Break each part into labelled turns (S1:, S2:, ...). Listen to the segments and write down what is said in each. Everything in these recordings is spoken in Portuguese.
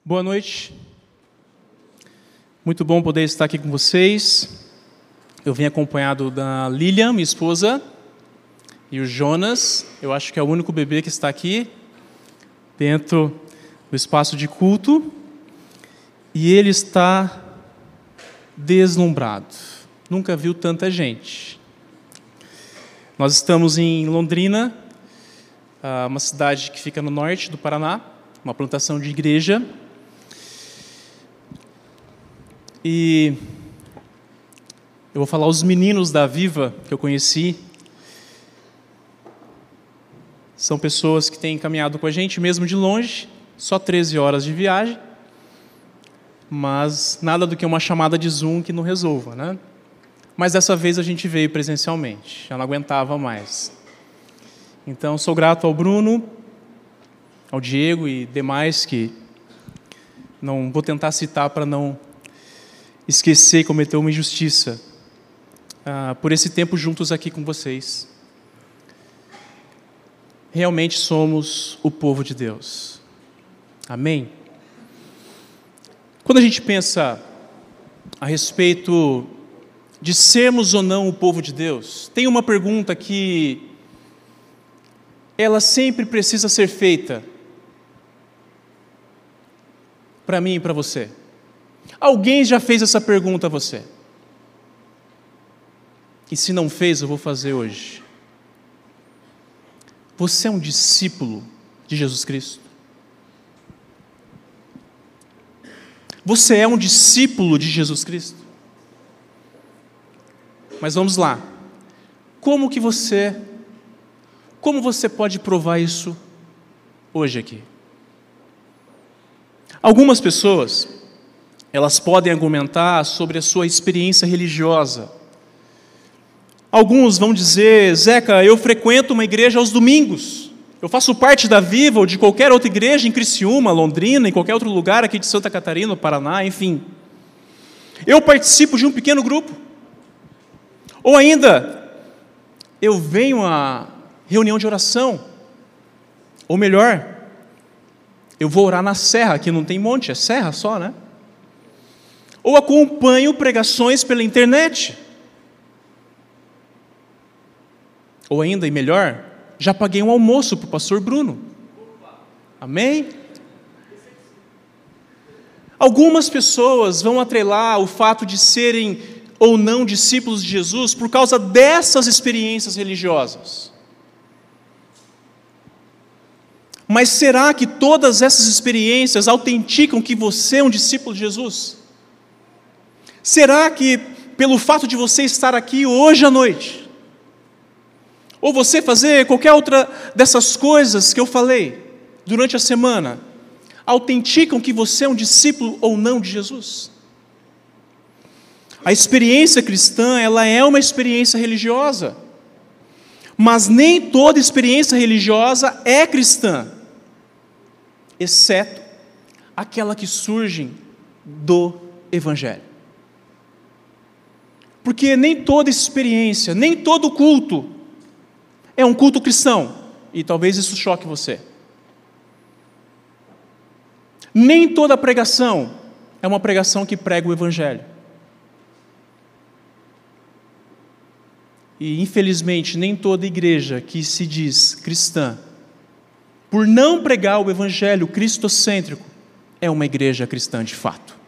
S1: Boa noite. Muito bom poder estar aqui com vocês. Eu vim acompanhado da Lilian, minha esposa, e o Jonas. Eu acho que é o único bebê que está aqui dentro do espaço de culto. E ele está deslumbrado. Nunca viu tanta gente. Nós estamos em Londrina, uma cidade que fica no norte do Paraná, uma plantação de igreja. E eu vou falar os meninos da Viva que eu conheci. São pessoas que têm caminhado com a gente, mesmo de longe, só 13 horas de viagem, mas nada do que uma chamada de Zoom que não resolva, né? Mas dessa vez a gente veio presencialmente, já não aguentava mais. Então, sou grato ao Bruno, ao Diego e demais que não vou tentar citar para não esquecer e cometer uma injustiça, por esse tempo juntos aqui com vocês. Realmente somos o povo de Deus. Amém? Quando a gente pensa a respeito de sermos ou não o povo de Deus, tem uma pergunta que ela sempre precisa ser feita para mim e para você. Alguém já fez essa pergunta a você? E se não fez, eu vou fazer hoje. Você é um discípulo de Jesus Cristo? Você é um discípulo de Jesus Cristo? Mas vamos lá. Como você pode provar isso hoje aqui? Algumas pessoas, elas podem argumentar sobre a sua experiência religiosa. Alguns vão dizer: Zeca, eu frequento uma igreja aos domingos. Eu faço parte da Viva ou de qualquer outra igreja em Criciúma, Londrina, em qualquer outro lugar aqui de Santa Catarina, Paraná, enfim. Eu participo de um pequeno grupo. Ou ainda, eu venho a reunião de oração. Ou melhor, eu vou orar na serra, aqui não tem monte, é serra só, né? Ou acompanho pregações pela internet. Ou ainda, e melhor, já paguei um almoço para o pastor Bruno. Amém? Algumas pessoas vão atrelar o fato de serem ou não discípulos de Jesus por causa dessas experiências religiosas. Mas será que todas essas experiências autenticam que você é um discípulo de Jesus? Será que, pelo fato de você estar aqui hoje à noite, ou você fazer qualquer outra dessas coisas que eu falei durante a semana, autenticam que você é um discípulo ou não de Jesus? A experiência cristã, ela é uma experiência religiosa, mas nem toda experiência religiosa é cristã, exceto aquela que surge do Evangelho. Porque nem toda experiência, nem todo culto é um culto cristão, e talvez isso choque você. Nem toda pregação é uma pregação que prega o Evangelho. E, infelizmente, nem toda igreja que se diz cristã, por não pregar o Evangelho cristocêntrico, é uma igreja cristã de fato.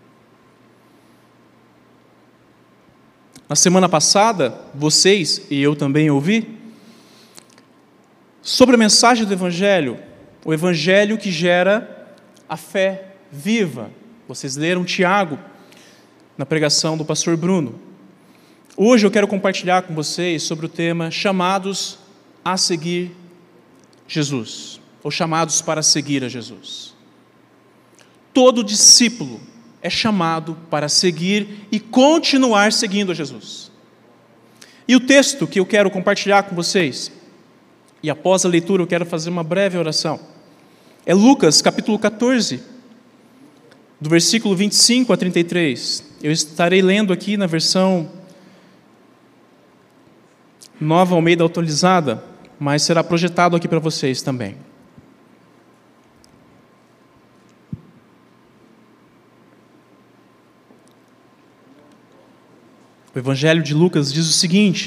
S1: Na semana passada, vocês e eu também ouvi sobre a mensagem do Evangelho, o Evangelho que gera a fé viva. Vocês leram Tiago na pregação do pastor Bruno. Hoje eu quero compartilhar com vocês sobre o tema chamados a seguir Jesus, ou chamados para seguir a Jesus. Todo discípulo é chamado para seguir e continuar seguindo a Jesus. E o texto que eu quero compartilhar com vocês, e após a leitura eu quero fazer uma breve oração, é Lucas capítulo 14, do versículo 25 a 33. Eu estarei lendo aqui na versão Nova Almeida Atualizada, mas será projetado aqui para vocês também. O Evangelho de Lucas diz o seguinte: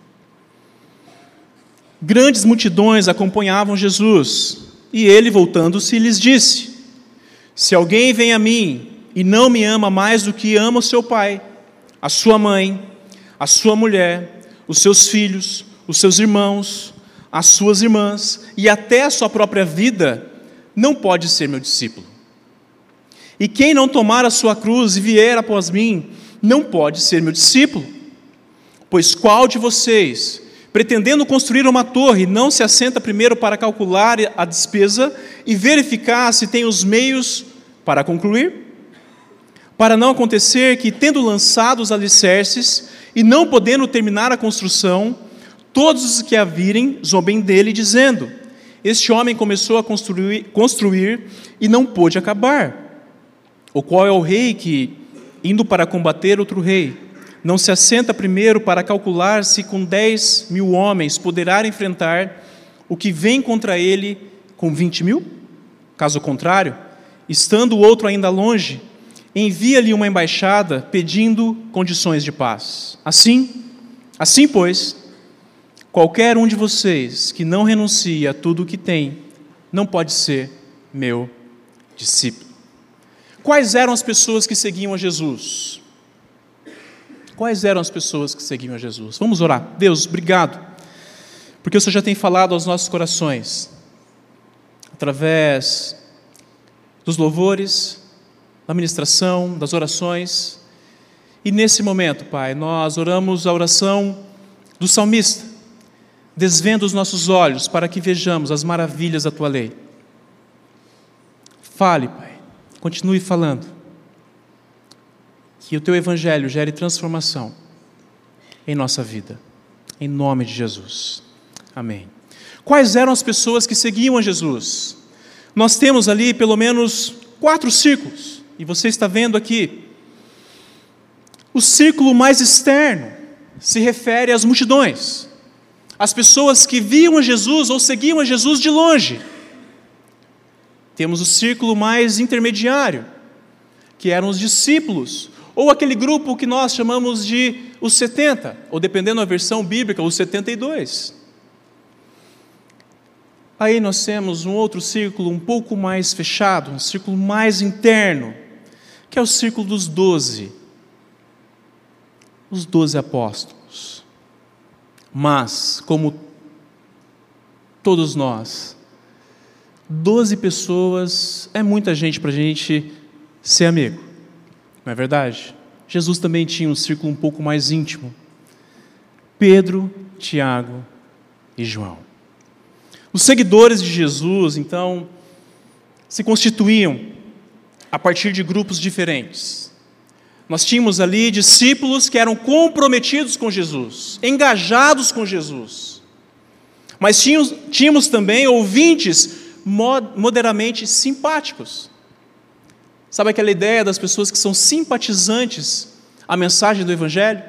S1: grandes multidões acompanhavam Jesus, e ele, voltando-se, lhes disse: se alguém vem a mim e não me ama mais do que ama o seu pai, a sua mãe, a sua mulher, os seus filhos, os seus irmãos, as suas irmãs e até a sua própria vida, não pode ser meu discípulo. E quem não tomar a sua cruz e vier após mim, não pode ser meu discípulo. Pois qual de vocês, pretendendo construir uma torre, não se assenta primeiro para calcular a despesa e verificar se tem os meios para concluir? Para não acontecer que, tendo lançado os alicerces e não podendo terminar a construção, todos os que a virem zombem dele, dizendo: este homem começou a construir e não pôde acabar. O qual é o rei que, indo para combater outro rei, não se assenta primeiro para calcular se com 10.000 homens poderá enfrentar o que vem contra ele com 20.000? Caso contrário, estando o outro ainda longe, envia-lhe uma embaixada pedindo condições de paz. Assim, pois, qualquer um de vocês que não renuncia a tudo o que tem, não pode ser meu discípulo. Quais eram as pessoas que seguiam a Jesus? Quais eram as pessoas que seguiam a Jesus? Vamos orar. Deus, obrigado, porque o Senhor já tem falado aos nossos corações, através dos louvores, da ministração, das orações. E nesse momento, Pai, nós oramos a oração do salmista, desvenda os nossos olhos para que vejamos as maravilhas da Tua lei. Fale, Pai, continue falando, que o Teu Evangelho gere transformação em nossa vida, em nome de Jesus, amém. Quais eram as pessoas que seguiam a Jesus? Nós temos ali pelo menos 4 círculos, e você está vendo aqui. O círculo mais externo se refere às multidões, as pessoas que viam a Jesus ou seguiam a Jesus de longe. Temos o círculo mais intermediário, que eram os discípulos, ou aquele grupo que nós chamamos de os 70, ou dependendo da versão bíblica, os 72. Aí nós temos um outro círculo um pouco mais fechado, um círculo mais interno, que é o círculo dos 12. Os 12 apóstolos. Mas, como todos nós, 12 pessoas é muita gente para a gente ser amigo, não é verdade? Jesus também tinha um círculo um pouco mais íntimo. Pedro, Tiago e João. Os seguidores de Jesus, então, se constituíam a partir de grupos diferentes. Nós tínhamos ali discípulos que eram comprometidos com Jesus, engajados com Jesus. Mas tínhamos também ouvintes moderadamente simpáticos. Sabe aquela ideia das pessoas que são simpatizantes à mensagem do Evangelho?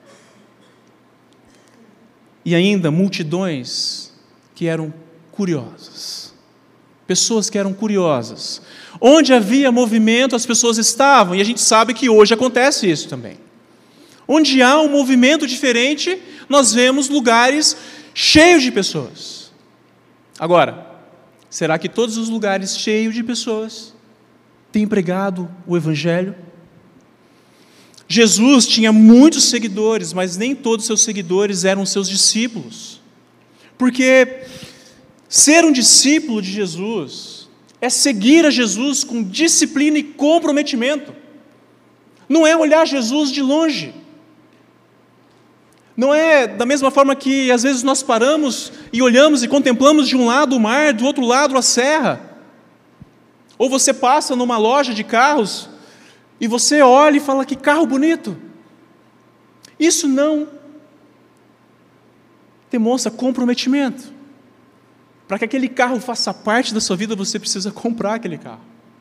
S1: E ainda multidões que eram curiosas. Pessoas que eram curiosas. Onde havia movimento, as pessoas estavam, e a gente sabe que hoje acontece isso também. Onde há um movimento diferente, nós vemos lugares cheios de pessoas. Agora, será que todos os lugares cheios de pessoas têm pregado o Evangelho? Jesus tinha muitos seguidores, mas nem todos os seus seguidores eram seus discípulos. Porque ser um discípulo de Jesus é seguir a Jesus com disciplina e comprometimento. Não é olhar Jesus de longe. Não é da mesma forma que às vezes nós paramos e olhamos e contemplamos de um lado o mar, do outro lado a serra. Ou você passa numa loja de carros e você olha e fala: que carro bonito. Isso não demonstra comprometimento. Para que aquele carro faça parte da sua vida, você precisa comprar aquele carro.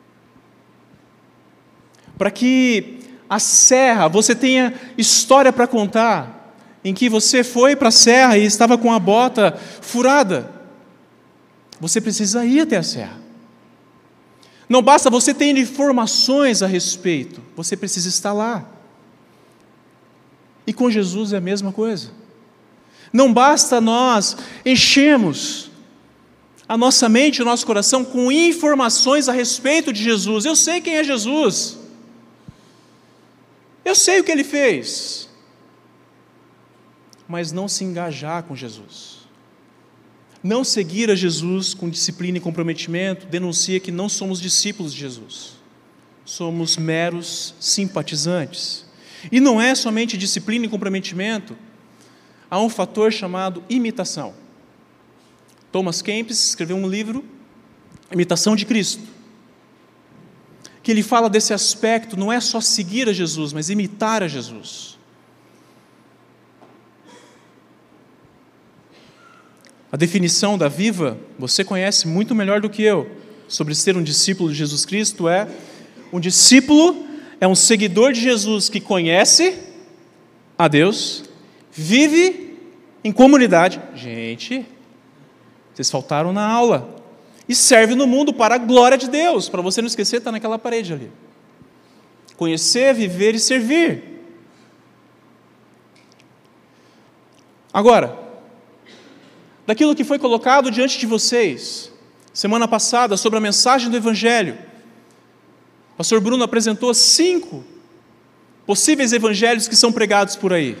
S1: Para que a serra, você tenha história para contar, em que você foi para a serra e estava com a bota furada, você precisa ir até a serra. Não basta você ter informações a respeito, você precisa estar lá. E com Jesus é a mesma coisa. Não basta nós enchermos a nossa mente e o nosso coração com informações a respeito de Jesus. Eu sei quem é Jesus. Eu sei o que Ele fez. Mas não se engajar com Jesus. Não seguir a Jesus com disciplina e comprometimento denuncia que não somos discípulos de Jesus. Somos meros simpatizantes. E não é somente disciplina e comprometimento, há um fator chamado imitação. Thomas Kempis escreveu um livro, Imitação de Cristo, que ele fala desse aspecto, não é só seguir a Jesus, mas imitar a Jesus. A definição da Viva, você conhece muito melhor do que eu, sobre ser um discípulo de Jesus Cristo, um discípulo é um seguidor de Jesus que conhece a Deus, vive em comunidade. Gente, vocês faltaram na aula. E serve no mundo para a glória de Deus. Para você não esquecer, está naquela parede ali. Conhecer, viver e servir. Agora, daquilo que foi colocado diante de vocês, semana passada, sobre a mensagem do Evangelho, o pastor Bruno apresentou 5 possíveis evangelhos que são pregados por aí.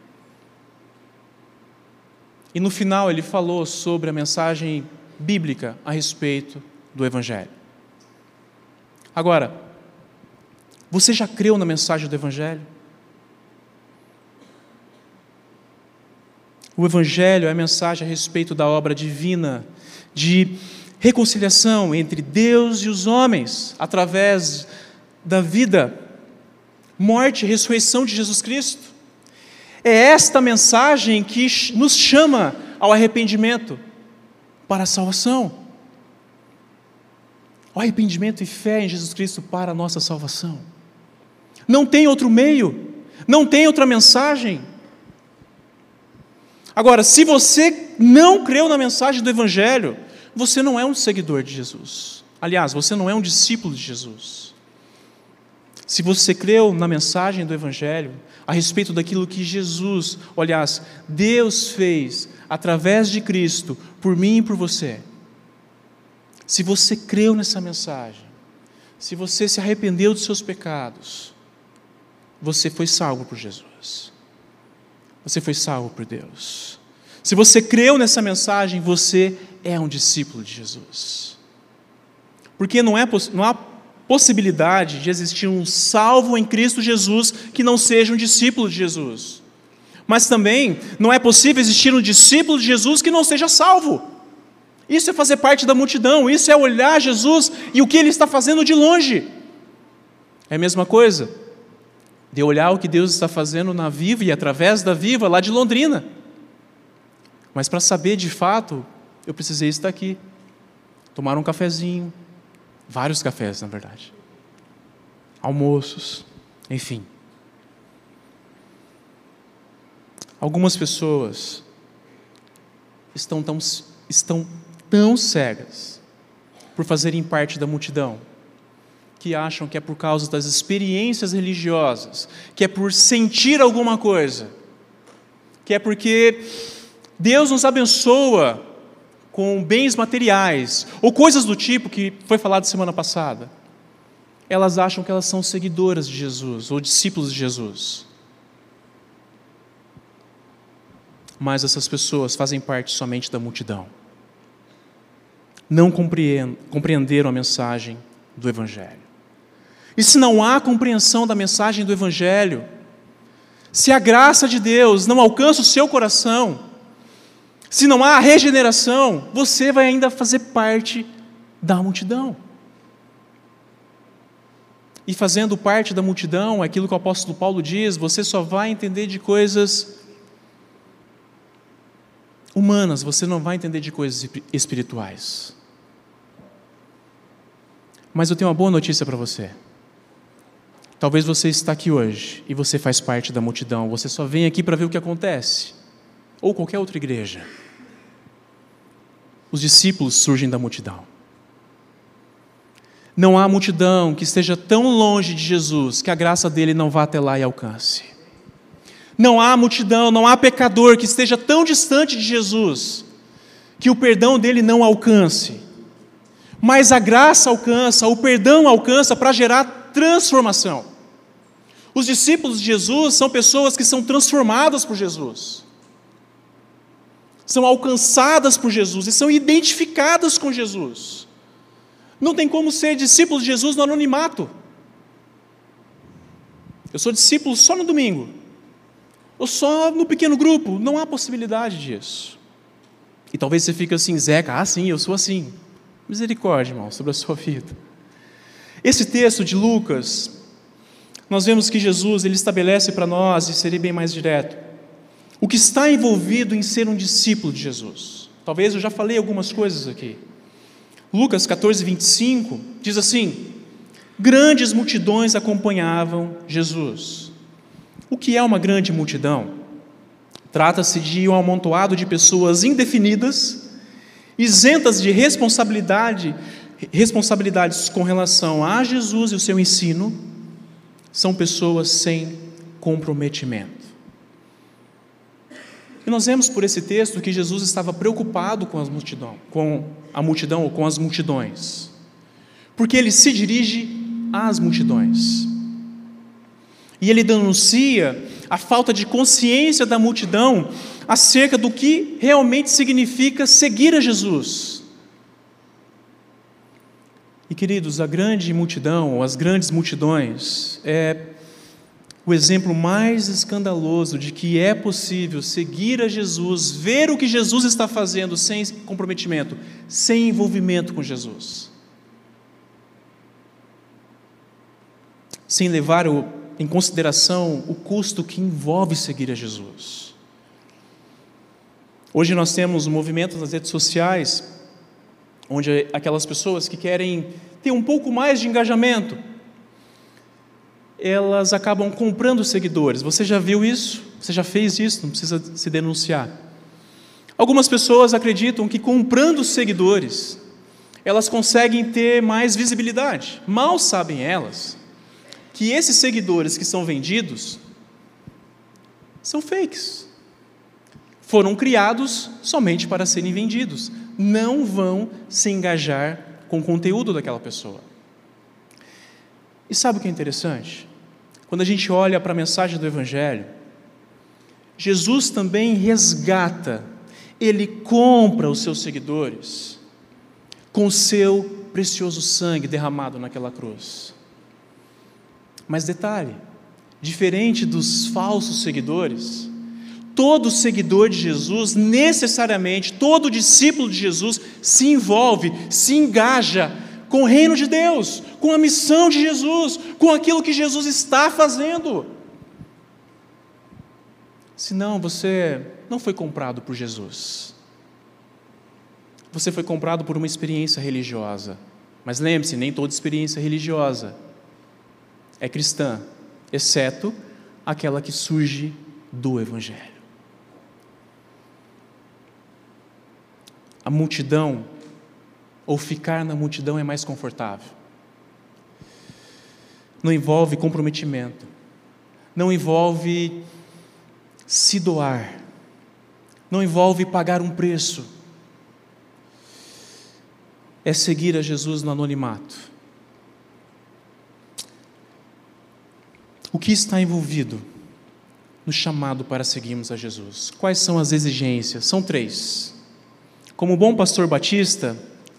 S1: E no final ele falou sobre a mensagem bíblica a respeito do Evangelho. Agora, você já creu na mensagem do Evangelho? O Evangelho é a mensagem a respeito da obra divina, de reconciliação entre Deus e os homens, através da vida, morte e ressurreição de Jesus Cristo. É esta mensagem que nos chama ao arrependimento para a salvação. O arrependimento e fé em Jesus Cristo para a nossa salvação. Não tem outro meio, não tem outra mensagem. Agora, se você não creu na mensagem do Evangelho, você não é um seguidor de Jesus. Aliás, você não é um discípulo de Jesus. Se você creu na mensagem do Evangelho, a respeito daquilo que Jesus, aliás, Deus fez através de Cristo, por mim e por você, se você creu nessa mensagem, se você se arrependeu dos seus pecados, você foi salvo por Jesus. Você foi salvo por Deus. Se você creu nessa mensagem, você é um discípulo de Jesus. Porque não há possibilidade de existir um salvo em Cristo Jesus que não seja um discípulo de Jesus. Mas também não é possível existir um discípulo de Jesus que não seja salvo. Isso é fazer parte da multidão, isso é olhar Jesus e o que Ele está fazendo de longe. É a mesma coisa de olhar o que Deus está fazendo na Viva e através da Viva lá de Londrina. Mas para saber de fato, eu precisei estar aqui, tomar um cafezinho, vários cafés, na verdade, almoços, enfim. Algumas pessoas estão tão cegas por fazerem parte da multidão, que acham que é por causa das experiências religiosas, que é por sentir alguma coisa, que é porque Deus nos abençoa com bens materiais, ou coisas do tipo que foi falado semana passada. Elas acham que elas são seguidoras de Jesus, ou discípulos de Jesus. Mas essas pessoas fazem parte somente da multidão. Não compreenderam a mensagem do Evangelho. E se não há compreensão da mensagem do Evangelho, se a graça de Deus não alcança o seu coração, se não há regeneração, você vai ainda fazer parte da multidão. E fazendo parte da multidão, aquilo que o apóstolo Paulo diz, você só vai entender de coisas humanas, você não vai entender de coisas espirituais. Mas eu tenho uma boa notícia para você. Talvez você está aqui hoje e você faz parte da multidão, você só vem aqui para ver o que acontece, ou qualquer outra igreja. Os discípulos surgem da multidão. Não há multidão que esteja tão longe de Jesus que a graça dele não vá até lá e alcance. Não há multidão, não há pecador que esteja tão distante de Jesus que o perdão dele não alcance. Mas a graça alcança, o perdão alcança para gerar transformação. Os discípulos de Jesus são pessoas que são transformadas por Jesus. São alcançadas por Jesus e são identificadas com Jesus. Não tem como ser discípulo de Jesus no anonimato. Eu sou discípulo só no domingo. Ou só no pequeno grupo. Não há possibilidade disso. E talvez você fique assim, Zeca, sim, eu sou assim. Misericórdia, irmão, sobre a sua vida. Esse texto de Lucas, nós vemos que Jesus, ele estabelece para nós, e seria bem mais direto, o que está envolvido em ser um discípulo de Jesus. Talvez eu já falei algumas coisas aqui. Lucas 14, 25, diz assim: grandes multidões acompanhavam Jesus. O que é uma grande multidão? Trata-se de um amontoado de pessoas indefinidas, isentas de responsabilidades com relação a Jesus e o seu ensino. São pessoas sem comprometimento. E nós vemos por esse texto que Jesus estava preocupado com a multidão ou com as multidões, porque ele se dirige às multidões. E ele denuncia a falta de consciência da multidão acerca do que realmente significa seguir a Jesus. E queridos, a grande multidão, ou as grandes multidões, é o exemplo mais escandaloso de que é possível seguir a Jesus, ver o que Jesus está fazendo sem comprometimento, sem envolvimento com Jesus. Sem levar em consideração o custo que envolve seguir a Jesus. Hoje nós temos um movimento nas redes sociais, onde aquelas pessoas que querem ter um pouco mais de engajamento, elas acabam comprando seguidores. Você já viu isso? Você já fez isso? Não precisa se denunciar. Algumas pessoas acreditam que comprando seguidores, elas conseguem ter mais visibilidade. Mal sabem elas que esses seguidores que são vendidos são fakes. Foram criados somente para serem vendidos. Não vão se engajar com o conteúdo daquela pessoa. E sabe o que é interessante? Quando a gente olha para a mensagem do Evangelho, Jesus também resgata, ele compra os seus seguidores com o seu precioso sangue derramado naquela cruz. Mas detalhe, diferente dos falsos seguidores, todo seguidor de Jesus, necessariamente, todo discípulo de Jesus se envolve, se engaja com o reino de Deus, com a missão de Jesus, com aquilo que Jesus está fazendo. Senão você não foi comprado por Jesus. Você foi comprado por uma experiência religiosa. Mas lembre-se, nem toda experiência religiosa é cristã, exceto aquela que surge do Evangelho. A multidão, ou ficar na multidão, é mais confortável. Não envolve comprometimento, não envolve se doar, não envolve pagar um preço. É seguir a Jesus no anonimato. O que está envolvido no chamado para seguirmos a Jesus? Quais são as exigências? São 3. Como bom pastor batista,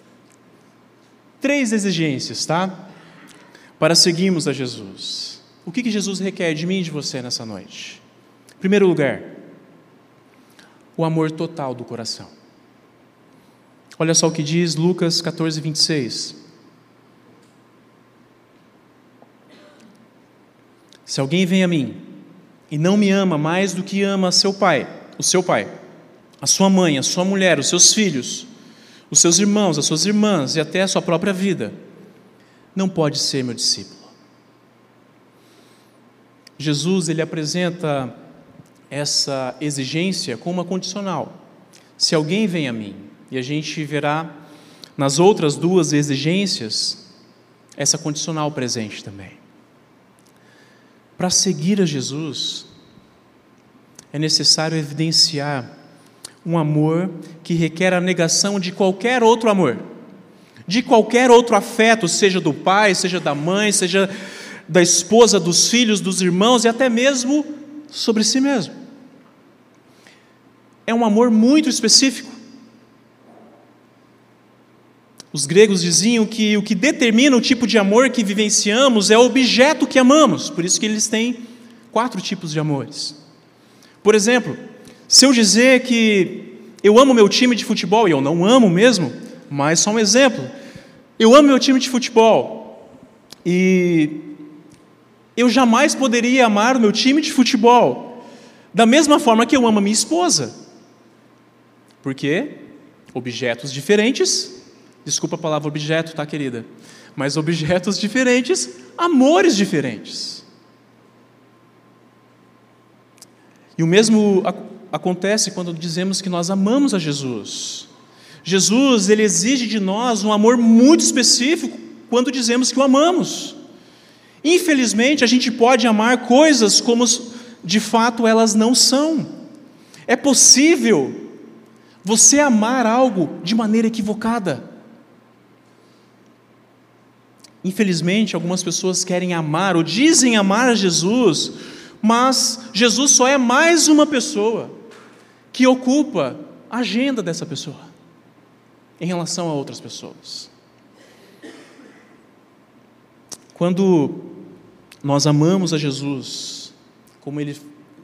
S1: 3 exigências, tá? Para seguirmos a Jesus. O que Jesus requer de mim e de você nessa noite? Em primeiro lugar, o amor total do coração. Olha só o que diz Lucas 14, 26. Se alguém vem a mim e não me ama mais do que ama o seu pai, a sua mãe, a sua mulher, os seus filhos, os seus irmãos, as suas irmãs e até a sua própria vida, não pode ser meu discípulo. Jesus, ele apresenta essa exigência como uma condicional. Se alguém vem a mim, e a gente verá nas outras 2 exigências essa condicional presente também. Para seguir a Jesus, é necessário evidenciar um amor que requer a negação de qualquer outro amor, de qualquer outro afeto, seja do pai, seja da mãe, seja da esposa, dos filhos, dos irmãos e até mesmo sobre si mesmo. É um amor muito específico. Os gregos diziam que o que determina o tipo de amor que vivenciamos é o objeto que amamos, por isso que eles têm 4 tipos de amores. Por exemplo, se eu dizer que eu amo meu time de futebol, e eu não amo mesmo, mas só um exemplo, eu amo meu time de futebol, e eu jamais poderia amar o meu time de futebol da mesma forma que eu amo a minha esposa, porque objetos diferentes, desculpa a palavra objeto, tá, querida? Mas objetos diferentes, amores diferentes. E o mesmo acontece quando dizemos que nós amamos a Jesus. Jesus, ele exige de nós um amor muito específico quando dizemos que o amamos. Infelizmente, a gente pode amar coisas como de fato elas não são. É possível você amar algo de maneira equivocada. Infelizmente, algumas pessoas querem amar ou dizem amar a Jesus, mas Jesus só é mais uma pessoa que ocupa a agenda dessa pessoa em relação a outras pessoas. Quando nós amamos a Jesus como ele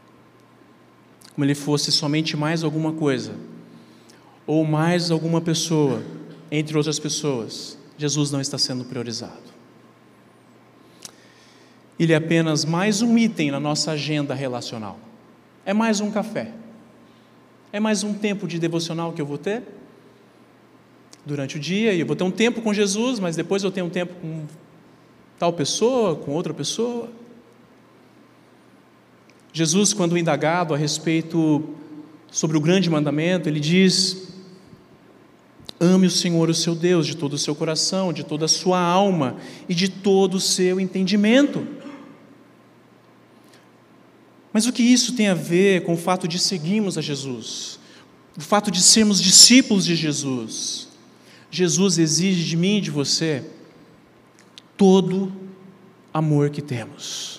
S1: fosse somente mais alguma coisa ou mais alguma pessoa entre outras pessoas, Jesus não está sendo priorizado. Ele é apenas mais um item na nossa agenda relacional. É mais um café. É mais um tempo de devocional que eu vou ter durante o dia, e eu vou ter um tempo com Jesus, mas depois eu tenho um tempo com tal pessoa, com outra pessoa. Jesus, quando indagado a respeito sobre o grande mandamento, ele diz: ame o Senhor, o seu Deus, de todo o seu coração, de toda a sua alma e de todo o seu entendimento. Mas o que isso tem a ver com o fato de seguirmos a Jesus? O fato de sermos discípulos de Jesus? Jesus exige de mim e de você todo amor que temos.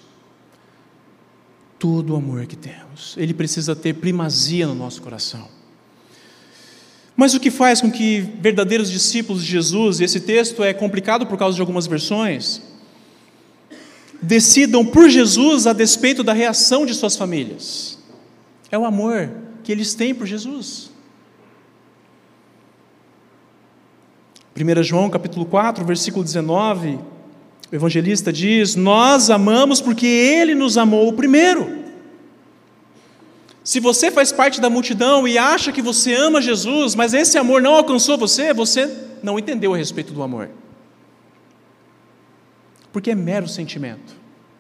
S1: Todo amor que temos. Ele precisa ter primazia no nosso coração. Mas o que faz com que verdadeiros discípulos de Jesus, e esse texto é complicado por causa de algumas versões, decidam por Jesus a despeito da reação de suas famílias? É o amor que eles têm por Jesus. 1 João capítulo 4, versículo 19, o evangelista diz: nós amamos porque Ele nos amou primeiro. Se você faz parte da multidão e acha que você ama Jesus, mas esse amor não alcançou você, você não entendeu a respeito do amor. Porque é mero sentimento.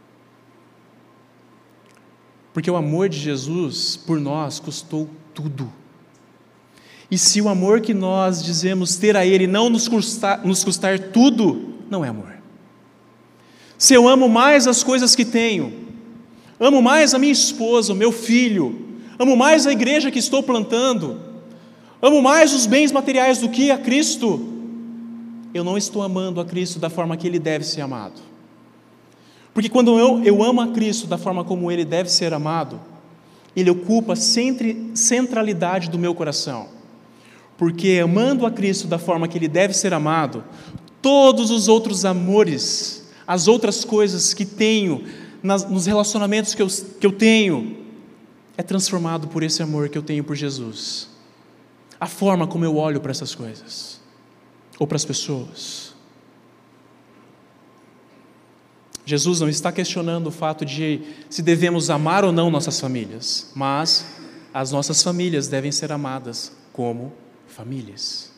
S1: Porque o amor de Jesus por nós custou tudo. E se o amor que nós dizemos ter a Ele não nos custar tudo, não é amor. Se eu amo mais as coisas que tenho, amo mais a minha esposa, o meu filho, amo mais a igreja que estou plantando, amo mais os bens materiais do que a Cristo, eu não estou amando a Cristo da forma que Ele deve ser amado. Porque quando eu amo a Cristo da forma como Ele deve ser amado, Ele ocupa a centralidade do meu coração. Porque amando a Cristo da forma que Ele deve ser amado, todos os outros amores, as outras coisas que tenho, nos relacionamentos que eu tenho, é transformado por esse amor que eu tenho por Jesus. A forma como eu olho para essas coisas, ou para as pessoas. Jesus não está questionando o fato de se devemos amar ou não nossas famílias, mas as nossas famílias devem ser amadas como famílias.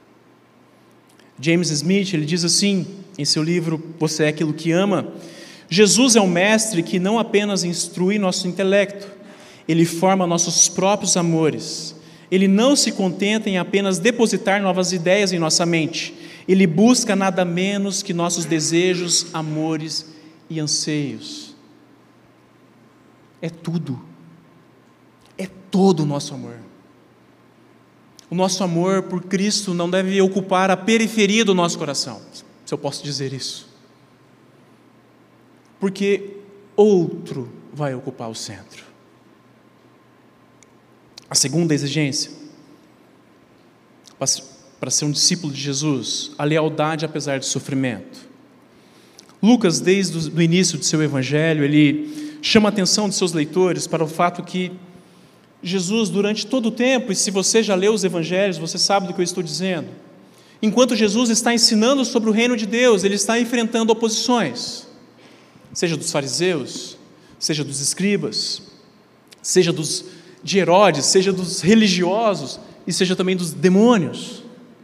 S1: James Smith, ele diz assim, em seu livro Você é Aquilo que Ama: Jesus é um mestre que não apenas instrui nosso intelecto, ele forma nossos próprios amores. Ele não se contenta em apenas depositar novas ideias em nossa mente, ele busca nada menos que nossos desejos, amores e anseios. É tudo. é todo o nosso amor. O nosso amor por Cristo não deve ocupar a periferia do nosso coração, se eu posso dizer isso. Porque outro vai ocupar o centro. A segunda exigência, para ser um discípulo de Jesus, a lealdade apesar do sofrimento. Lucas, desde o início de seu evangelho, ele chama a atenção de seus leitores para o fato que Jesus, durante todo o tempo, e se você já leu os evangelhos, você sabe do que eu estou dizendo, enquanto Jesus está ensinando sobre o reino de Deus, ele está enfrentando oposições, seja dos fariseus, seja dos escribas, seja de Herodes, seja dos religiosos, e seja também dos demônios.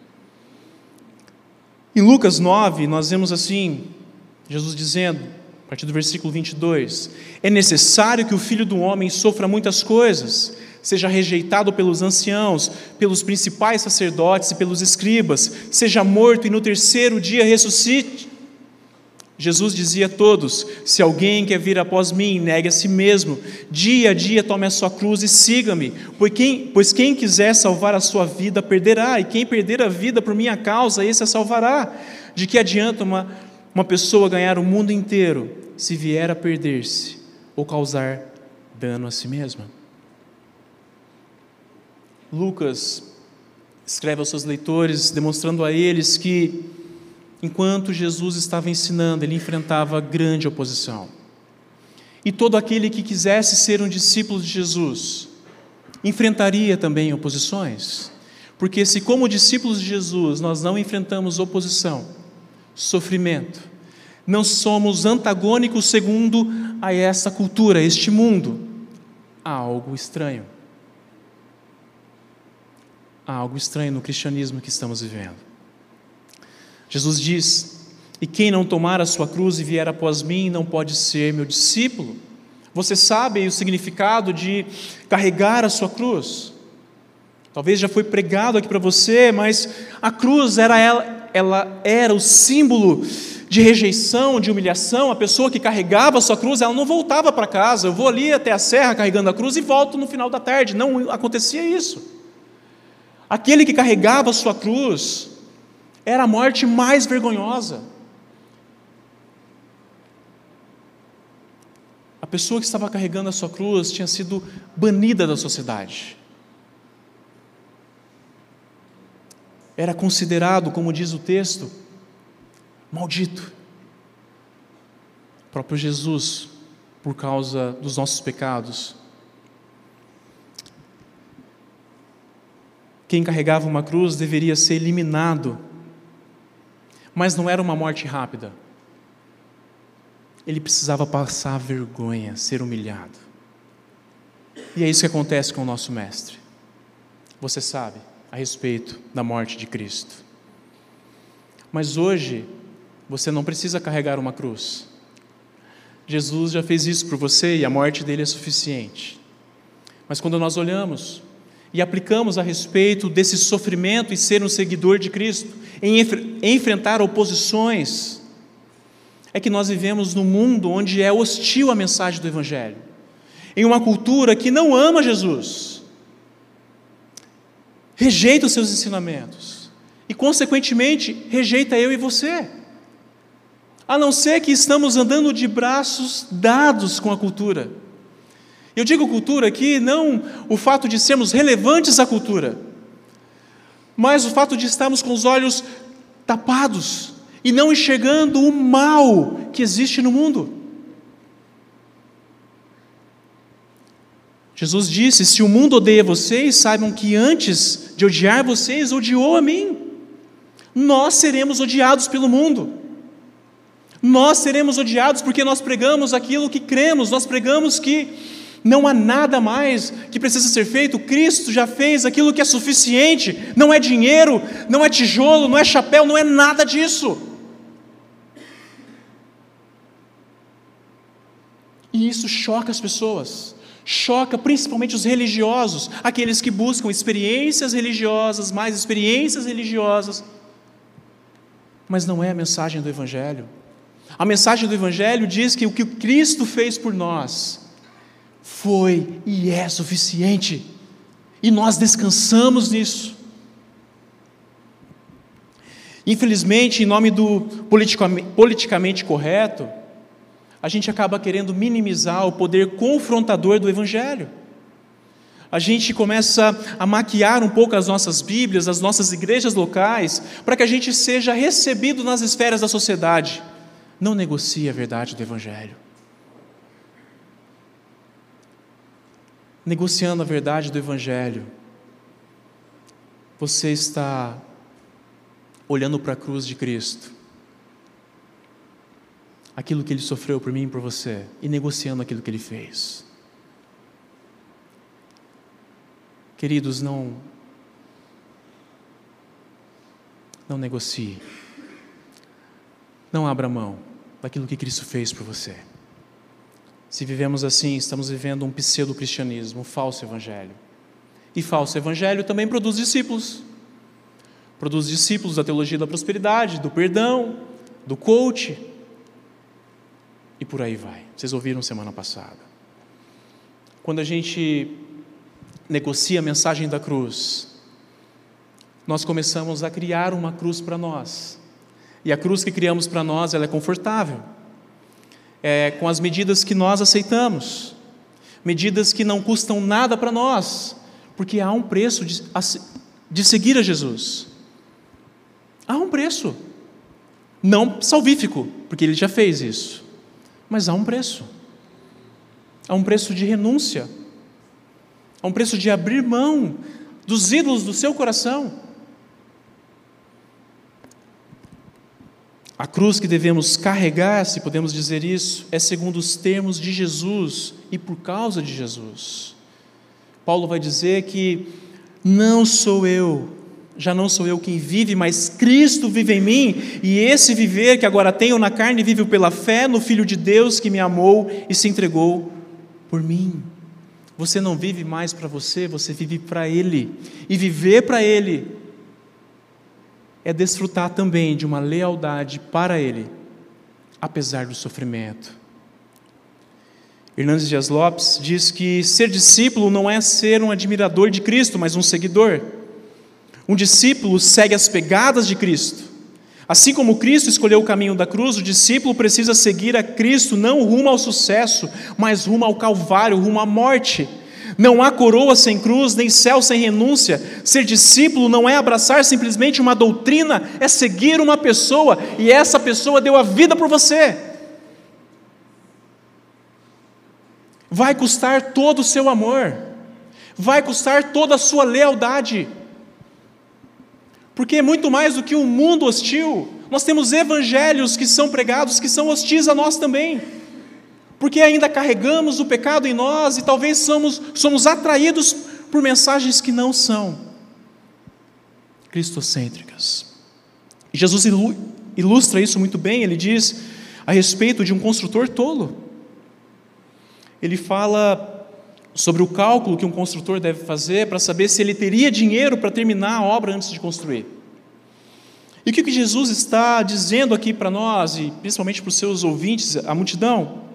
S1: Em Lucas 9, nós vemos assim, Jesus dizendo, a partir do versículo 22, é necessário que o Filho do Homem sofra muitas coisas, seja rejeitado pelos anciãos, pelos principais sacerdotes e pelos escribas, seja morto e no terceiro dia ressuscite. Jesus dizia a todos: se alguém quer vir após mim, negue a si mesmo, dia a dia tome a sua cruz e siga-me, pois quem quiser salvar a sua vida, perderá, e quem perder a vida por minha causa, esse a salvará. De que adianta uma pessoa ganhar o mundo inteiro, se vier a perder-se, ou causar dano a si mesma? Lucas escreve aos seus leitores, demonstrando a eles que, enquanto Jesus estava ensinando, ele enfrentava grande oposição. E todo aquele que quisesse ser um discípulo de Jesus, enfrentaria também oposições. Porque se como discípulos de Jesus, nós não enfrentamos oposição, sofrimento, não somos antagônicos segundo a essa cultura, este mundo, há algo estranho. Há algo estranho no cristianismo que estamos vivendo. Jesus diz: e quem não tomar a sua cruz e vier após mim, não pode ser meu discípulo. Você sabe o significado de carregar a sua cruz? Talvez já foi pregado aqui para você, mas a cruz ela era o símbolo de rejeição, de humilhação. A pessoa que carregava a sua cruz, ela não voltava para casa. Eu vou ali até a serra carregando a cruz e volto no final da tarde. Não acontecia isso. Aquele que carregava a sua cruz era a morte mais vergonhosa. A pessoa que estava carregando a sua cruz tinha sido banida da sociedade. Era considerado, como diz o texto, maldito. O próprio Jesus, por causa dos nossos pecados. Quem carregava uma cruz deveria ser eliminado, mas não era uma morte rápida. Ele precisava passar vergonha, ser humilhado. E é isso que acontece com o nosso Mestre. Você sabe a respeito da morte de Cristo. Mas hoje, você não precisa carregar uma cruz. Jesus já fez isso por você e a morte dele é suficiente. Mas quando nós olhamos e aplicamos a respeito desse sofrimento e ser um seguidor de Cristo, em enfrentar oposições, é que nós vivemos num mundo onde é hostil à mensagem do Evangelho, em uma cultura que não ama Jesus, rejeita os seus ensinamentos e, consequentemente, rejeita eu e você, a não ser que estamos andando de braços dados com a cultura. Eu digo cultura aqui, não o fato de sermos relevantes à cultura, mas o fato de estarmos com os olhos tapados e não enxergando o mal que existe no mundo. Jesus disse: se o mundo odeia vocês, saibam que antes de odiar vocês, odiou a mim. Nós seremos odiados pelo mundo. Nós seremos odiados porque nós pregamos aquilo que cremos, nós pregamos que não há nada mais que precisa ser feito, Cristo já fez aquilo que é suficiente, não é dinheiro, não é tijolo, não é chapéu, não é nada disso. E isso choca as pessoas, choca principalmente os religiosos, aqueles que buscam experiências religiosas, mais experiências religiosas, mas não é a mensagem do Evangelho. A mensagem do Evangelho diz que o que Cristo fez por nós, foi e é suficiente, e nós descansamos nisso. Infelizmente, em nome do politicamente correto, a gente acaba querendo minimizar o poder confrontador do Evangelho. A gente começa a maquiar um pouco as nossas Bíblias, as nossas igrejas locais, para que a gente seja recebido nas esferas da sociedade. Não negocie a verdade do Evangelho. Negociando a verdade do Evangelho, você está olhando para a cruz de Cristo, aquilo que Ele sofreu por mim e por você, e negociando aquilo que Ele fez. Queridos, não negocie, não abra mão daquilo que Cristo fez por você. Se vivemos assim, estamos vivendo um pseudo-cristianismo, um falso evangelho. E falso evangelho também produz discípulos. Produz discípulos da teologia da prosperidade, do perdão, do coach, e por aí vai. Vocês ouviram semana passada. Quando a gente negocia a mensagem da cruz, nós começamos a criar uma cruz para nós. E a cruz que criamos para nós, ela é confortável. É com as medidas que nós aceitamos. Medidas que não custam nada para nós. Porque há um preço de seguir a Jesus. Há um preço. Não salvífico, porque Ele já fez isso. Mas há um preço. Há um preço de renúncia. Há um preço de abrir mão dos ídolos do seu coração. A cruz que devemos carregar, se podemos dizer isso, é segundo os termos de Jesus e por causa de Jesus. Paulo vai dizer que já não sou eu quem vive, mas Cristo vive em mim, e esse viver que agora tenho na carne, vivo pela fé no Filho de Deus que me amou e se entregou por mim. Você não vive mais para você, você vive para Ele, e viver para Ele é desfrutar também de uma lealdade para Ele, apesar do sofrimento. Hernandes Dias Lopes diz que ser discípulo não é ser um admirador de Cristo, mas um seguidor. Um discípulo segue as pegadas de Cristo. Assim como Cristo escolheu o caminho da cruz, o discípulo precisa seguir a Cristo não rumo ao sucesso, mas rumo ao Calvário, rumo à morte. Não há coroa sem cruz, nem céu sem renúncia. Ser discípulo não é abraçar simplesmente uma doutrina, é seguir uma pessoa, e essa pessoa deu a vida por você. Vai custar todo o seu amor, vai custar toda a sua lealdade, porque é muito mais do que um mundo hostil. Nós temos evangelhos que são pregados, que são hostis a nós também, porque ainda carregamos o pecado em nós, e talvez somos atraídos por mensagens que não são cristocêntricas. E Jesus ilustra isso muito bem. Ele diz a respeito de um construtor tolo. Ele fala sobre o cálculo que um construtor deve fazer para saber se ele teria dinheiro para terminar a obra antes de construir. E o que Jesus está dizendo aqui para nós, e principalmente para os seus ouvintes, a multidão,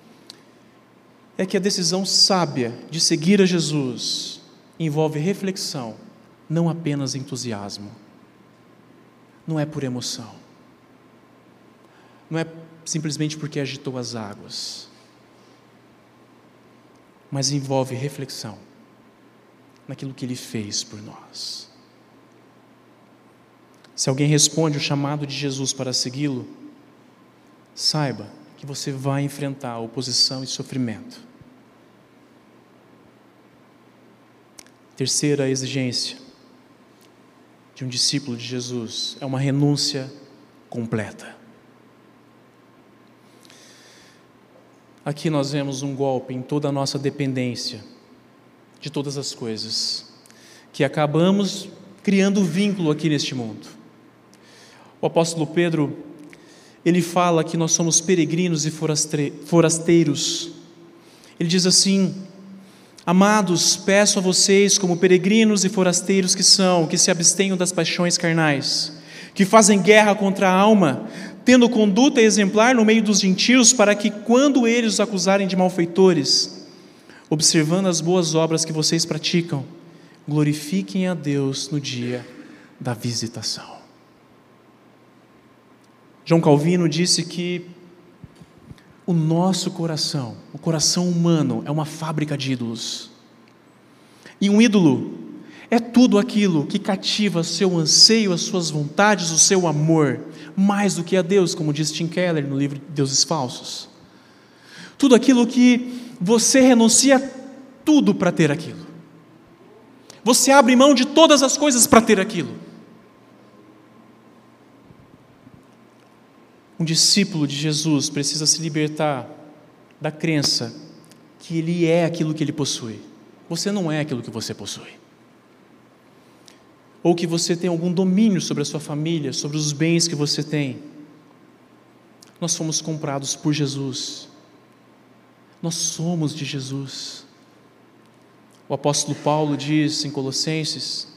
S1: é que a decisão sábia de seguir a Jesus envolve reflexão, não apenas entusiasmo. Não é por emoção. Não é simplesmente porque agitou as águas. Mas envolve reflexão naquilo que Ele fez por nós. Se alguém responde o chamado de Jesus para segui-lo, saiba que você vai enfrentar oposição e sofrimento. Terceira exigência de um discípulo de Jesus é uma renúncia completa. Aqui nós vemos um golpe em toda a nossa dependência de todas as coisas, que acabamos criando vínculo aqui neste mundo. O apóstolo Pedro, ele fala que nós somos peregrinos e forasteiros. Ele diz assim: amados, peço a vocês, como peregrinos e forasteiros que são, que se abstenham das paixões carnais, que fazem guerra contra a alma, tendo conduta exemplar no meio dos gentios, para que, quando eles os acusarem de malfeitores, observando as boas obras que vocês praticam, glorifiquem a Deus no dia da visitação. João Calvino disse que o nosso coração, o coração humano, é uma fábrica de ídolos. E um ídolo é tudo aquilo que cativa seu anseio, as suas vontades, o seu amor, mais do que a Deus, como diz Tim Keller no livro Deuses Falsos. Tudo aquilo que você renuncia tudo para ter aquilo. Você abre mão de todas as coisas para ter aquilo. Um discípulo de Jesus precisa se libertar da crença que ele é aquilo que ele possui. Você não é aquilo que você possui. Ou que você tem algum domínio sobre a sua família, sobre os bens que você tem. Nós fomos comprados por Jesus. Nós somos de Jesus. O apóstolo Paulo diz em Colossenses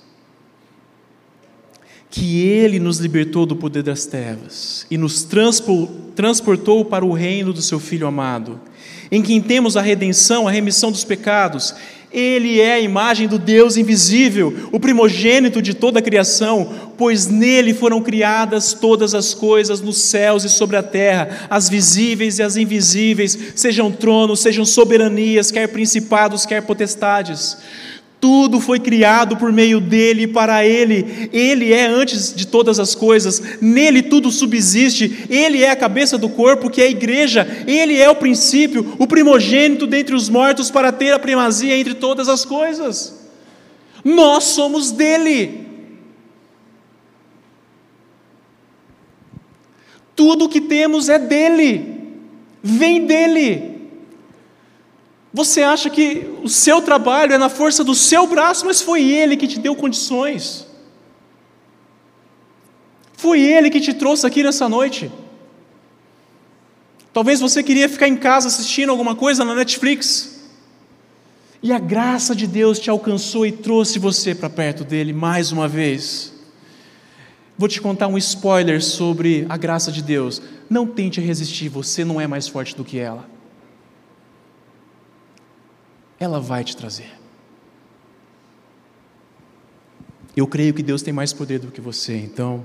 S1: que Ele nos libertou do poder das trevas e nos transportou para o reino do Seu Filho amado, em quem temos a redenção, a remissão dos pecados. Ele é a imagem do Deus invisível, o primogênito de toda a criação, pois nele foram criadas todas as coisas nos céus e sobre a terra, as visíveis e as invisíveis, sejam tronos, sejam soberanias, quer principados, quer potestades. Tudo foi criado por meio dele e para ele. Ele é antes de todas as coisas, nele tudo subsiste. Ele é a cabeça do corpo, que é a igreja. Ele é o princípio, o primogênito dentre os mortos, para ter a primazia entre todas as coisas. Nós somos dele. Tudo o que temos é dele, vem dele. Você acha que o seu trabalho é na força do seu braço, mas foi Ele que te deu condições. Foi Ele que te trouxe aqui nessa noite. Talvez você queria ficar em casa assistindo alguma coisa na Netflix, e a graça de Deus te alcançou e trouxe você para perto dEle mais uma vez. Vou te contar um spoiler sobre a graça de Deus. Não tente resistir, você não é mais forte do que ela. Ela vai te trazer. Eu creio que Deus tem mais poder do que você, então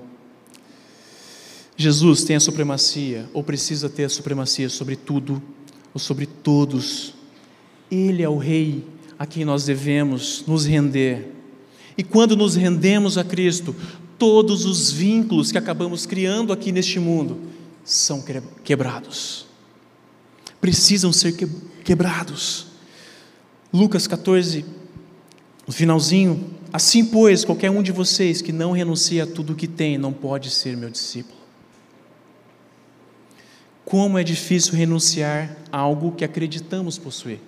S1: Jesus tem a supremacia, ou precisa ter a supremacia sobre tudo, ou sobre todos. Ele é o Rei a quem nós devemos nos render. E quando nos rendemos a Cristo, todos os vínculos que acabamos criando aqui neste mundo são quebrados. Precisam ser quebrados. Lucas 14, no finalzinho: assim pois, qualquer um de vocês que não renuncia a tudo o que tem, não pode ser meu discípulo. Como é difícil renunciar a algo que acreditamos possuir.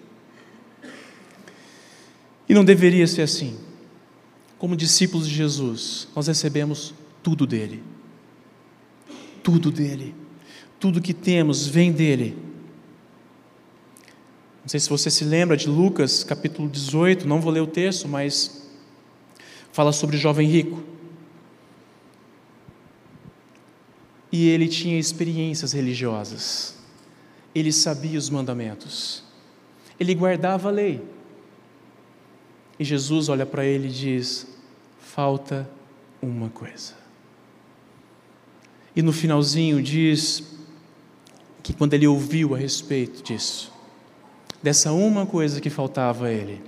S1: E não deveria ser assim. Como discípulos de Jesus, nós recebemos tudo dele. Tudo dele. Tudo que temos vem dele. Não sei se você se lembra de Lucas capítulo 18, não vou ler o texto, mas fala sobre o jovem rico. E ele tinha experiências religiosas, ele sabia os mandamentos, ele guardava a lei. E Jesus olha para ele e diz: falta uma coisa. E no finalzinho diz que quando ele ouviu a respeito disso, dessa uma coisa que faltava a ele,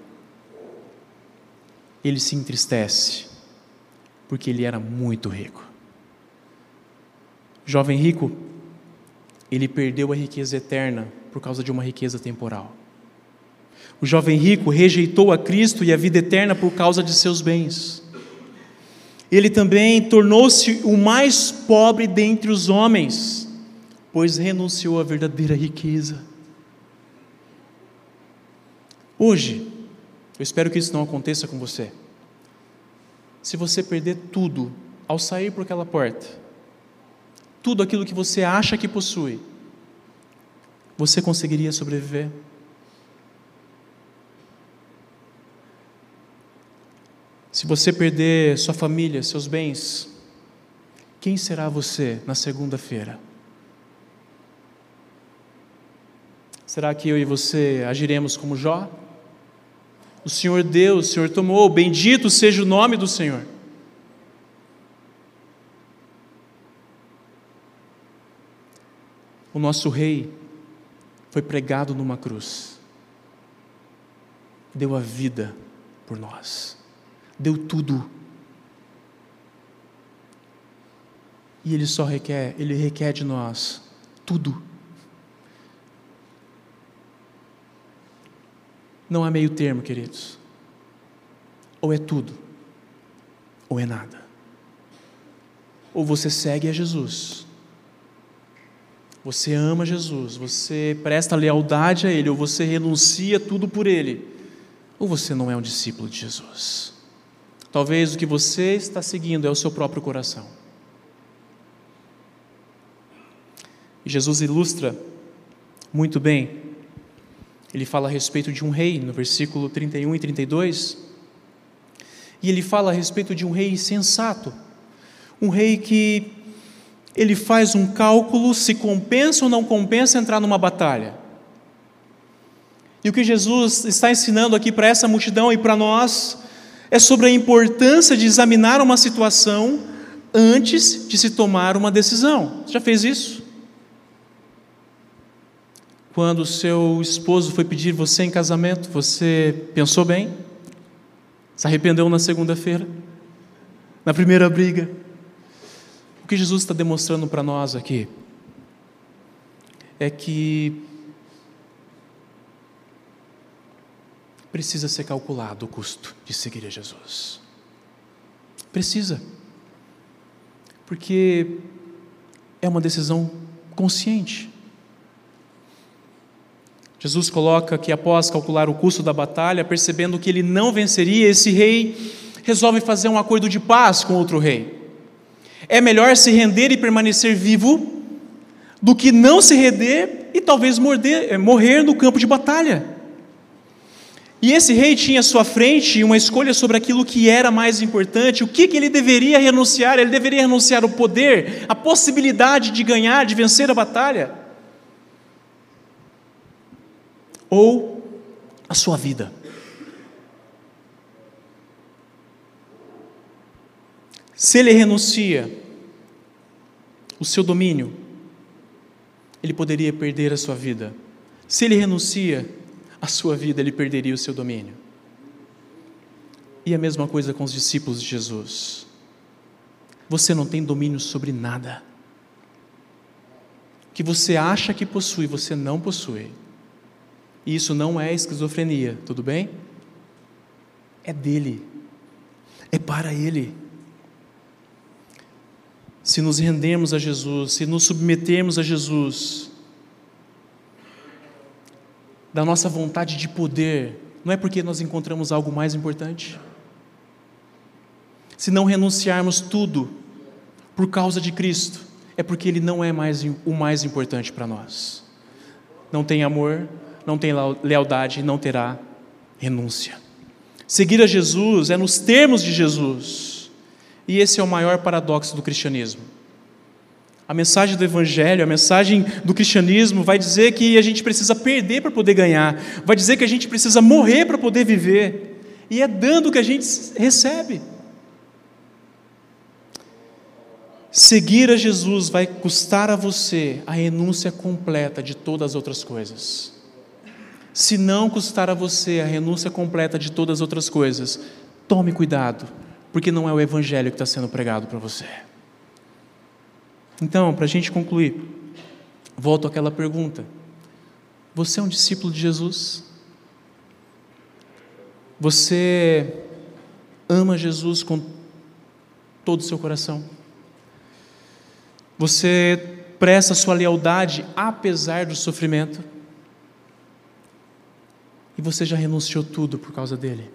S1: ele se entristece, porque ele era muito rico. O jovem rico, ele perdeu a riqueza eterna por causa de uma riqueza temporal. O jovem rico rejeitou a Cristo e a vida eterna por causa de seus bens. Ele também tornou-se o mais pobre dentre os homens, pois renunciou à verdadeira riqueza. Hoje, eu espero que isso não aconteça com você. Se você perder tudo ao sair por aquela porta, tudo aquilo que você acha que possui, você conseguiria sobreviver? Se você perder sua família, seus bens, quem será você na segunda-feira? Será que eu e você agiremos como Jó? O Senhor deu, o Senhor tomou, bendito seja o nome do Senhor. O nosso Rei foi pregado numa cruz, deu a vida por nós, deu tudo. E Ele requer de nós tudo. Não há meio termo, queridos. Ou é tudo, ou é nada. Ou você segue a Jesus, você ama Jesus, você presta lealdade a Ele, ou você renuncia tudo por Ele, ou você não é um discípulo de Jesus. Talvez o que você está seguindo é o seu próprio coração. E Jesus ilustra muito bem. Ele fala a respeito de um rei, no versículo 31 e 32, e ele fala a respeito de um rei sensato, um rei que ele faz um cálculo se compensa ou não compensa entrar numa batalha. E o que Jesus está ensinando aqui para essa multidão e para nós é sobre a importância de examinar uma situação antes de se tomar uma decisão. Você já fez isso? Quando o seu esposo foi pedir você em casamento, você pensou bem? Se arrependeu na segunda-feira? Na primeira briga? O que Jesus está demonstrando para nós aqui é que precisa ser calculado o custo de seguir a Jesus. Precisa. Porque é uma decisão consciente. Jesus coloca que após calcular o custo da batalha, percebendo que ele não venceria, esse rei resolve fazer um acordo de paz com outro rei. É melhor se render e permanecer vivo do que não se render e talvez morrer no campo de batalha. E esse rei tinha à sua frente uma escolha sobre aquilo que era mais importante, o que ele deveria renunciar. Ele deveria renunciar o poder, a possibilidade de ganhar, de vencer a batalha, ou a sua vida. Se ele renuncia o seu domínio, ele poderia perder a sua vida. Se ele renuncia a sua vida, ele perderia o seu domínio. E a mesma coisa com os discípulos de Jesus. Você não tem domínio sobre nada. O que você acha que possui, você não possui. E isso não é esquizofrenia, tudo bem? É dele, é para ele. Se nos rendermos a Jesus, se nos submetermos a Jesus, da nossa vontade de poder, não é porque nós encontramos algo mais importante? Se não renunciarmos tudo por causa de Cristo, é porque Ele não é mais o mais importante para nós. Não tem amor, não tem lealdade, não terá renúncia. Seguir a Jesus é nos termos de Jesus, e esse é o maior paradoxo do cristianismo. A mensagem do Evangelho, a mensagem do cristianismo vai dizer que a gente precisa perder para poder ganhar, vai dizer que a gente precisa morrer para poder viver, e é dando que a gente recebe. Seguir a Jesus vai custar a você a renúncia completa de todas as outras coisas. Se não custar a você a renúncia completa de todas as outras coisas, tome cuidado, porque não é o Evangelho que está sendo pregado para você. Então, para a gente concluir, volto àquela pergunta: você é um discípulo de Jesus? Você ama Jesus com todo o seu coração? Você presta sua lealdade apesar do sofrimento? E você já renunciou tudo por causa dele?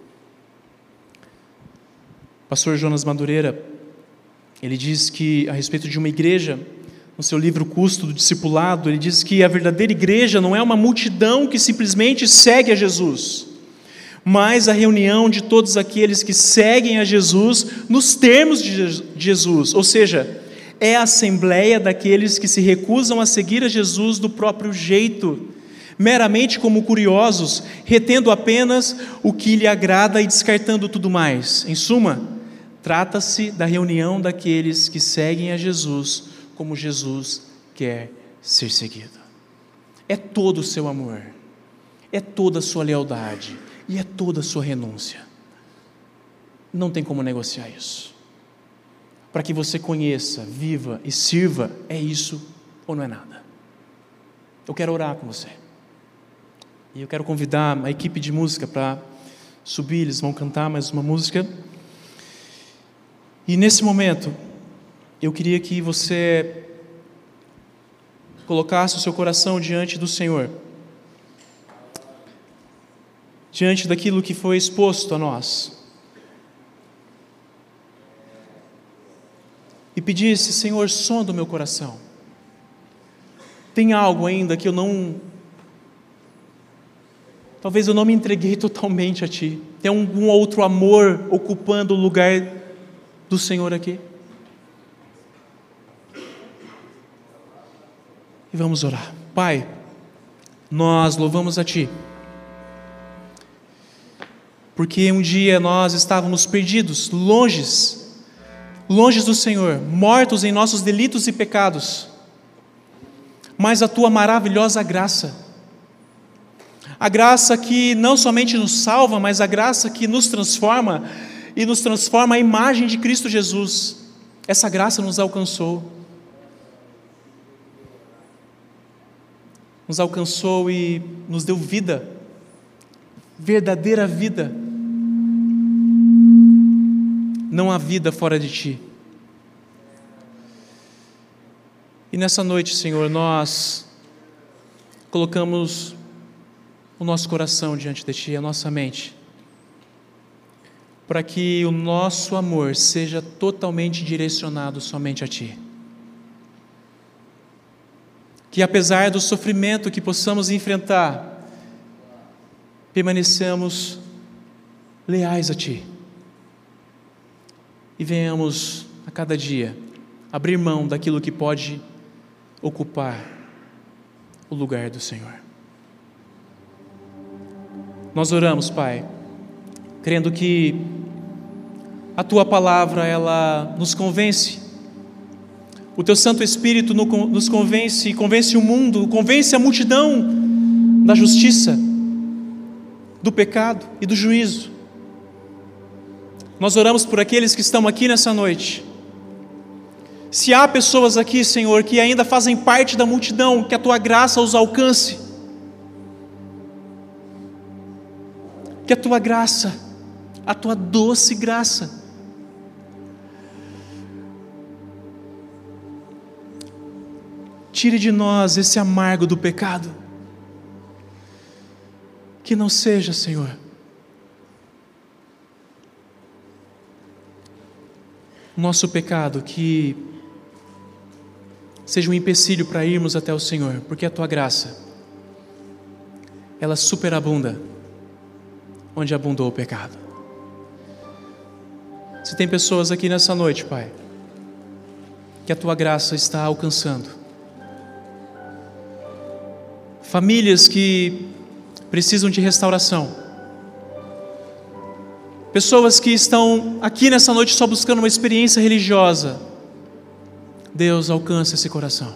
S1: Pastor Jonas Madureira, ele diz que, a respeito de uma igreja, no seu livro Custo do Discipulado, ele diz que a verdadeira igreja não é uma multidão que simplesmente segue a Jesus, mas a reunião de todos aqueles que seguem a Jesus nos termos de Jesus, ou seja, é a assembleia daqueles que se recusam a seguir a Jesus do próprio jeito, meramente como curiosos, retendo apenas o que lhe agrada e descartando tudo mais. Em suma, trata-se da reunião daqueles que seguem a Jesus como Jesus quer ser seguido. É todo o seu amor, é toda a sua lealdade e é toda a sua renúncia. Não tem como negociar isso. Para que você conheça, viva e sirva, é isso ou não é nada. Eu quero orar com você. E eu quero convidar a equipe de música para subir, eles vão cantar mais uma música. E nesse momento, eu queria que você colocasse o seu coração diante do Senhor, diante daquilo que foi exposto a nós, e pedisse: Senhor, sonda o meu coração. Tem algo ainda que talvez eu não me entreguei totalmente a Ti. Tem algum outro amor ocupando o lugar do Senhor aqui? E vamos orar. Pai, nós louvamos a Ti, porque um dia nós estávamos perdidos, longe do Senhor, mortos em nossos delitos e pecados, mas a Tua maravilhosa graça, a graça que não somente nos salva, mas a graça que nos transforma e nos transforma à imagem de Cristo Jesus, essa graça nos alcançou e nos deu vida, verdadeira vida. Não há vida fora de Ti. E nessa noite, Senhor, nós colocamos o nosso coração diante de Ti, a nossa mente, para que o nosso amor seja totalmente direcionado somente a Ti. Que apesar do sofrimento que possamos enfrentar, permaneçamos leais a Ti. E venhamos a cada dia abrir mão daquilo que pode ocupar o lugar do Senhor. Nós oramos, Pai, crendo que a Tua palavra, ela nos convence. O Teu Santo Espírito nos convence, convence o mundo, convence a multidão da justiça, do pecado e do juízo. Nós oramos por aqueles que estão aqui nessa noite. Se há pessoas aqui, Senhor, que ainda fazem parte da multidão, que a Tua graça os alcance. Que a Tua graça, a Tua doce graça, tire de nós esse amargo do pecado. Que não seja, Senhor, nosso pecado que seja um empecilho para irmos até o Senhor, porque a Tua graça, ela superabunda onde abundou o pecado. Se tem pessoas aqui nessa noite, Pai, que a Tua graça está alcançando, famílias que precisam de restauração, pessoas que estão aqui nessa noite só buscando uma experiência religiosa, Deus, alcança esse coração.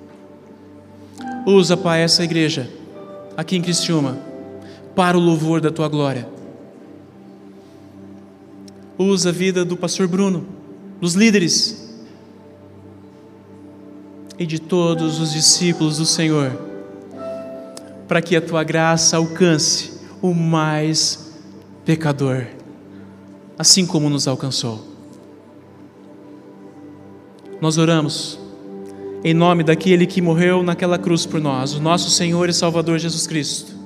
S1: Usa, Pai, essa igreja aqui em Criciúma para o louvor da Tua glória. Usa a vida do pastor Bruno, dos líderes e de todos os discípulos do Senhor, para que a Tua graça alcance o mais pecador, assim como nos alcançou. Nós oramos em nome daquele que morreu naquela cruz por nós, o nosso Senhor e Salvador Jesus Cristo,